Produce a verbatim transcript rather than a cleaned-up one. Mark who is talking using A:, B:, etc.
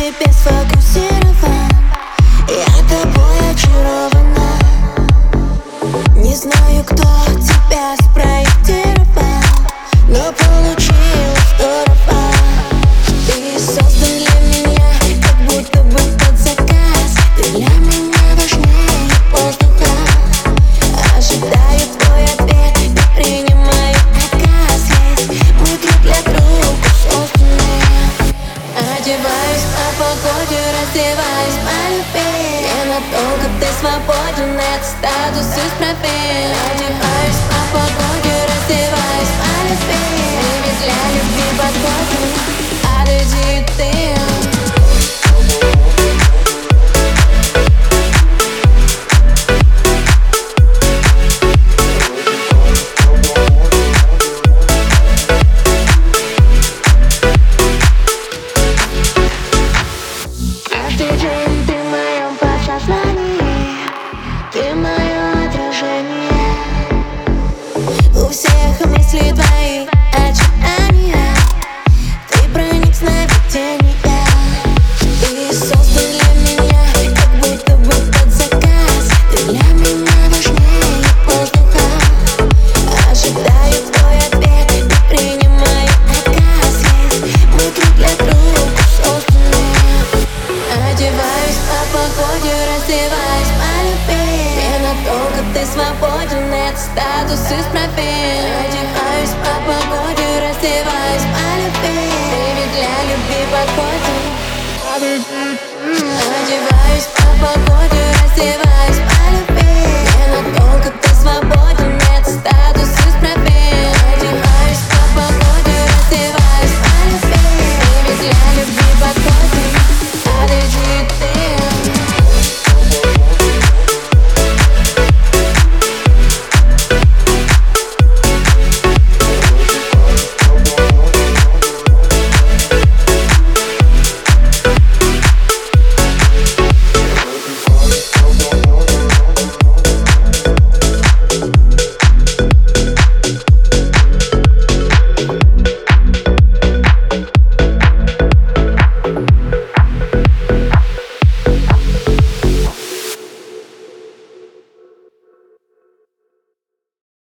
A: тебе сфокусирован, я тобой очарована. Не знаю, кто тебя спроектировал, но получилось здорово. Ты создан для меня, как будто бы под заказ. Ты для меня важнее воздуха. Ожидаю твой ответ и принимаю отказ. Ведь мы друг для друга созданы. Одеваюсь по погоде, раздеваюсь по любви. Ненадолго ты свободен, это статус из профиля. Одеваюсь по погоде, раздеваюсь по любви. Мы ведь для любви подходим, подойди и ты. Каждый день ты в моем подсознании, ты мое отражение. У всех мысли твои очарования, ты проник в сновидения. Ты создан для меня, как будто бы под заказ. Ты для меня важнее воздуха. Ожидаю твой ответ и принимаю отказ. Ведь мы друг для друга созданы. Одеваюсь по погоде, раздеваюсь по любви. Ненадолго ты свободен, это статус из профиля. Одеваюсь по погоде, раздеваюсь по любви. Мы ведь для любви подходим. Одеваюсь по погоде, раздеваюсь по любви. Ненадолго ты свободен, это статус